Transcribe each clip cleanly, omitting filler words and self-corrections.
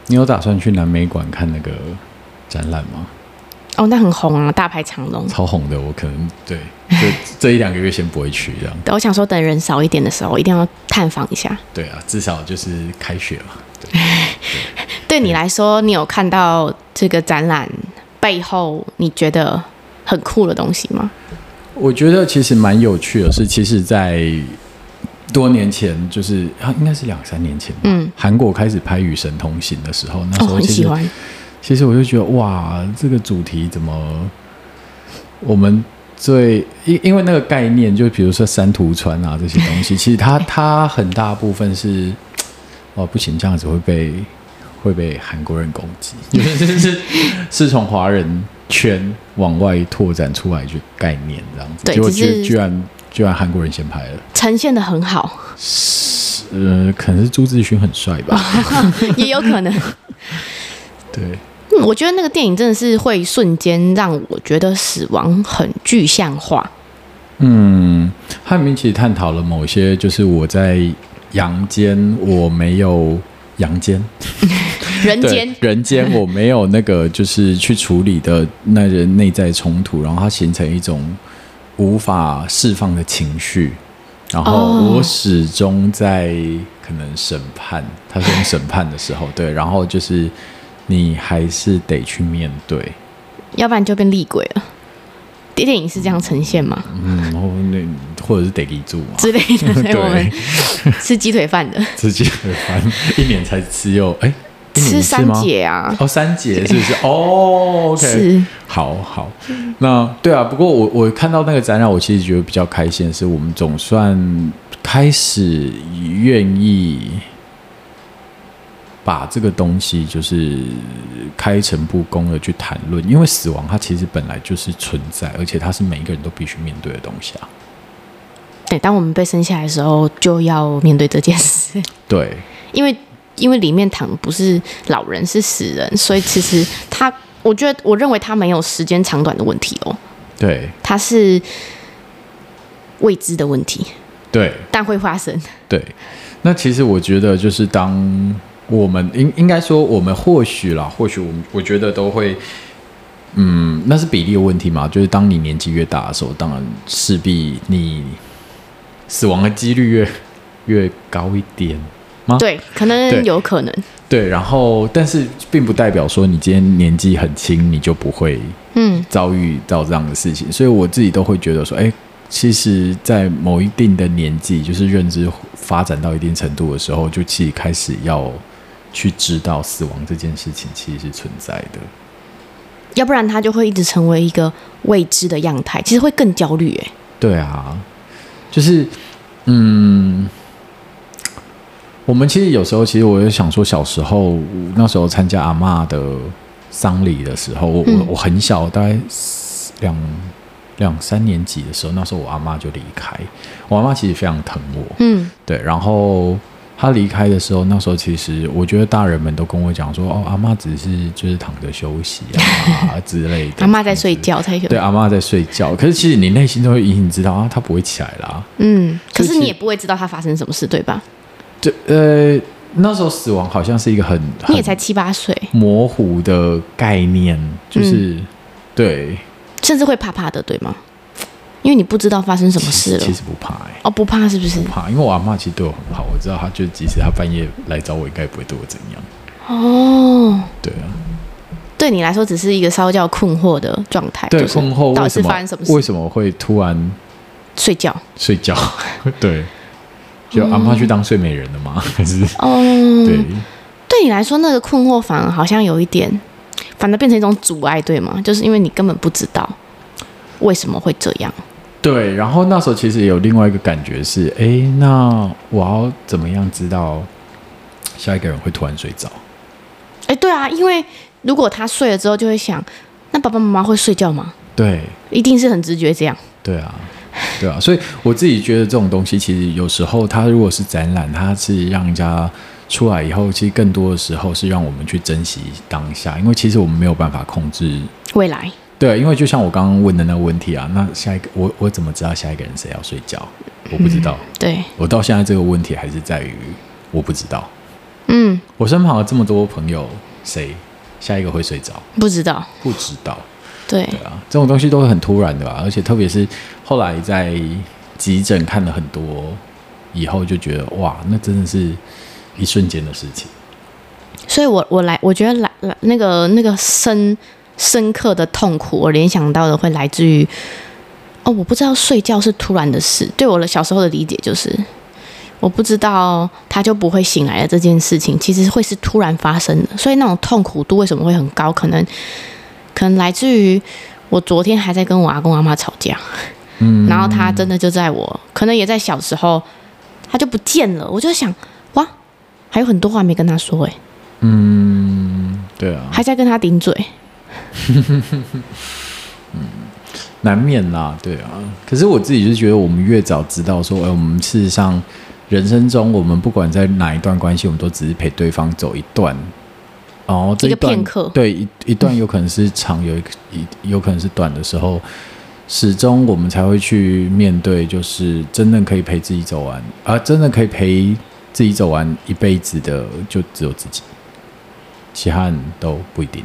你有打算去南美馆看那个展览吗？ 哦，那很红啊，大排长龙， 超红的。我可能对这1-2个月先不会去这样。 对，我想说等人少一点的时候，一定要探访一下。 对啊，至少就是开学嘛。 对你来说，你有看到这个展览背后你觉得很酷的东西吗？ 我觉得其实蛮有趣的是，其实在多年前，就是应该是2-3年前吧，韩国开始拍《与神同行》的时候，那时候很喜欢。 其实我就觉得哇，这个主题怎么我们因为那个概念，就比如说山图船啊这些东西，其实它很大部分是不行，这样子会被韩国人攻击，是从华人圈往外拓展出来的概念这样子， 对， 结果居然韩国人先拍了， 呈现得很好。 可能是朱智勋很帅吧， 也有可能。 对。 我觉得那个电影真的是会瞬间让我觉得死亡很具象化。 它里面其实探讨了某些，就是我在阳间我没有阳间，人间我没有那个就是去处理的那人内在冲突，然后它形成一种无法释放的情绪，然后我始终在可能审判，他是用审判的时候，对，然后就是你还是得去面对， 要不然就变厉鬼了。电影是这样呈现吗？ 或者是得立住嘛之类的。所以我们吃鸡腿饭的， 吃鸡腿饭，1年才吃吃3节啊 ？3节是不是？OK， 是， 好。那对啊，不过我看到那个展览，我其实觉得比较开心的是，我们总算开始愿意把这个东西就是开诚布公的去谈论，因为死亡它其实本来就是存在，而且它是每一个人都必须面对的东西啊。 对，当我们被生下来的时候，就要面对这件事。 对， 因为里面躺的不是老人，是死人，所以其实我认为他没有时间长短的问题哦。 对， 它是未知的问题。 对， 但会发生。 对，那其实我觉得就是当我们应该说我们或许我觉得都会，那是比例的问题嘛。就是当你年纪越大的时候，当然势必你死亡的几率越高一点吗？ 对，可能有可能。 对，然后但是并不代表说你今天年纪很轻，你就不会遭遇到这样的事情。所以我自己都会觉得说，其实，在某一定的年纪，就是认知发展到一定程度的时候，就其实开始要去知道死亡这件事情其实是存在的， 要不然它就会一直成为一个未知的样态，其实会更焦虑。 对啊，就是我们其实有时候，其实我就想说，小时候那时候参加阿嬷的丧礼的时候，我很小，大概2-3年级的时候，那时候我阿嬷就离开。我阿嬷其实非常疼我，对。然后她离开的时候，那时候其实我觉得大人们都跟我讲说，阿嬷只是就是躺着休息啊之类的。 阿嬷在睡觉才休息。 对，阿嬷在睡觉。可是其实你内心都会隐隐知道她不会起来啦。 可是你也不会知道她发生什么事，对吧？ 对，那时候死亡好像是一个你也才7-8岁， 模糊的概念，就是对。 甚至会怕怕的，对吗？因为你不知道发生什么事了。 其实不怕不怕是不是？ 不怕，因为我阿嬷其实对我很好，我知道她就即使她半夜来找我，应该也不会对我怎样。对啊， 对你来说只是一个稍叫困惑的状态。 对，困惑到底是发生什么事？ 为什么会突然睡觉？ 对，就阿嬷去当睡美人了吗？还是对你来说那个困惑反而好像有一点。反而变成一种阻碍，对吗？就是因为你根本不知道为什么会这样。 对，然后那时候其实也有另外一个感觉是，那我要怎么样知道下一个人会突然睡着？ 对啊，因为如果他睡了之后就会想，那爸爸妈妈会睡觉吗？ 对， 一定是很直觉这样。 对啊，所以我自己觉得这种东西其实有时候它如果是展览，它是让人家出来以后，其实更多的时候是让我们去珍惜当下，因为其实我们没有办法控制未来。 对，因为就像我刚刚问的那个问题啊，那下一个我怎么知道下一个人谁要睡觉？我不知道。 对， 我到现在这个问题还是在于我不知道。 我身旁有这么多朋友，谁下一个会睡着？ 不知道。对啊，这种东西都会很突然的吧，而且特别是后来在急诊看了很多以后，就觉得哇，那真的是一瞬间的事情。 所以我觉得那个深刻的痛苦，我联想到的会来自于我不知道睡觉是突然的事。对我的小时候的理解就是，我不知道他就不会醒来的这件事情，其实会是突然发生的。所以那种痛苦度为什么会很高？可能来自于我昨天还在跟我阿公阿嬷吵架，然后他真的就在我可能也在小时候，他就不见了。我就想，哇，还有很多话没跟他说对啊， 还在跟他顶嘴， 难免啦，对啊。可是我自己就觉得，我们越早知道说，我们事实上人生中，我们不管在哪一段关系，我们都只是陪对方走一段。这一段片刻， 对一段有可能是长，有可能是短的时候，始终我们才会去面对，就是真正可以陪自己走完，真的可以陪自己走完一辈子的，就只有自己，其他人都不一定。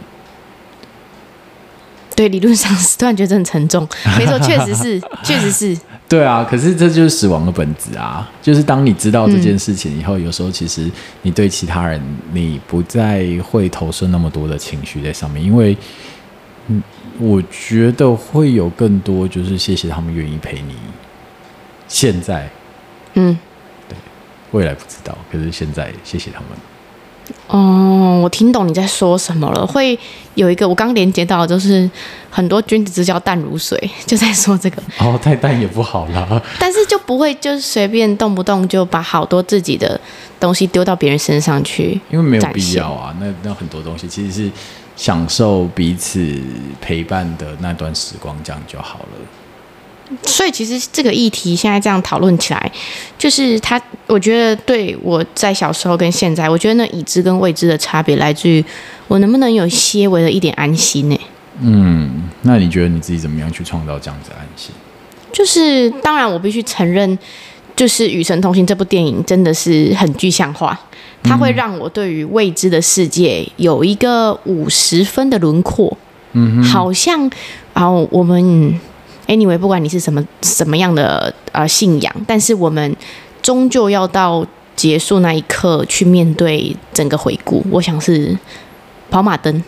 对，理论上突然觉得很沉重，没错，确实是。 对啊，可是这就是死亡的本质啊！就是当你知道这件事情以后，有时候其实你对其他人，你不再会投射那么多的情绪在上面，因为，我觉得会有更多，就是谢谢他们愿意陪你。现在，对，未来不知道，可是现在谢谢他们。 我听懂你在说什么了。会有一个我刚连接到的，就是很多君子之交淡如水，就在说这个。 太淡也不好啦。 但是就不会就是随便动不动就把好多自己的东西丢到别人身上去， 因为没有必要啊。那很多东西其实是享受彼此陪伴的那段时光，这样就好了。 所以其实这个议题现在这样讨论起来，就是我觉得对我在小时候跟现在，我觉得那已知跟未知的差别来自于我能不能有些微的一点安心呢？ 那你觉得你自己怎么样去创造这样子的安心？ 就是当然我必须承认，就是《与神同行》这部电影真的是很具象化，它会让我对于未知的世界有一个50分的轮廓。好像我们。Anyway， 不管你是什么样的信仰，但是我们终究要到结束那一刻去面对整个回顾。我想是跑马灯。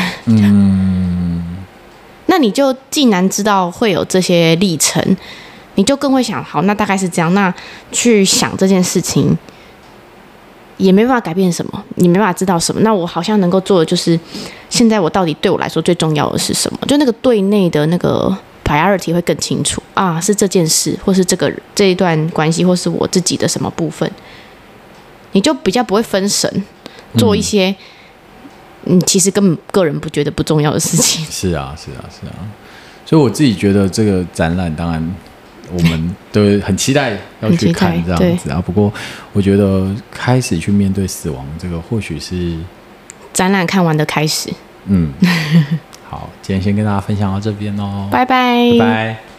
那你就既然知道会有这些历程，你就更会想，好，那大概是这样。那去想这件事情，也没办法改变什么，你没办法知道什么。那我好像能够做的就是，现在我到底对我来说最重要的是什么？就那个对内的那个。priority 会更清楚是这件事，或是这一段关系，或是我自己的什么部分，你就比较不会分神，做一些其实根本个人不觉得不重要的事情。 是啊。所以我自己觉得这个展览，当然我们都很期待要去看这样子啊。不过我觉得开始去面对死亡，这个或许是展览看完的开始。 好，今天先跟大家分享到这边哦， 拜拜。 拜拜。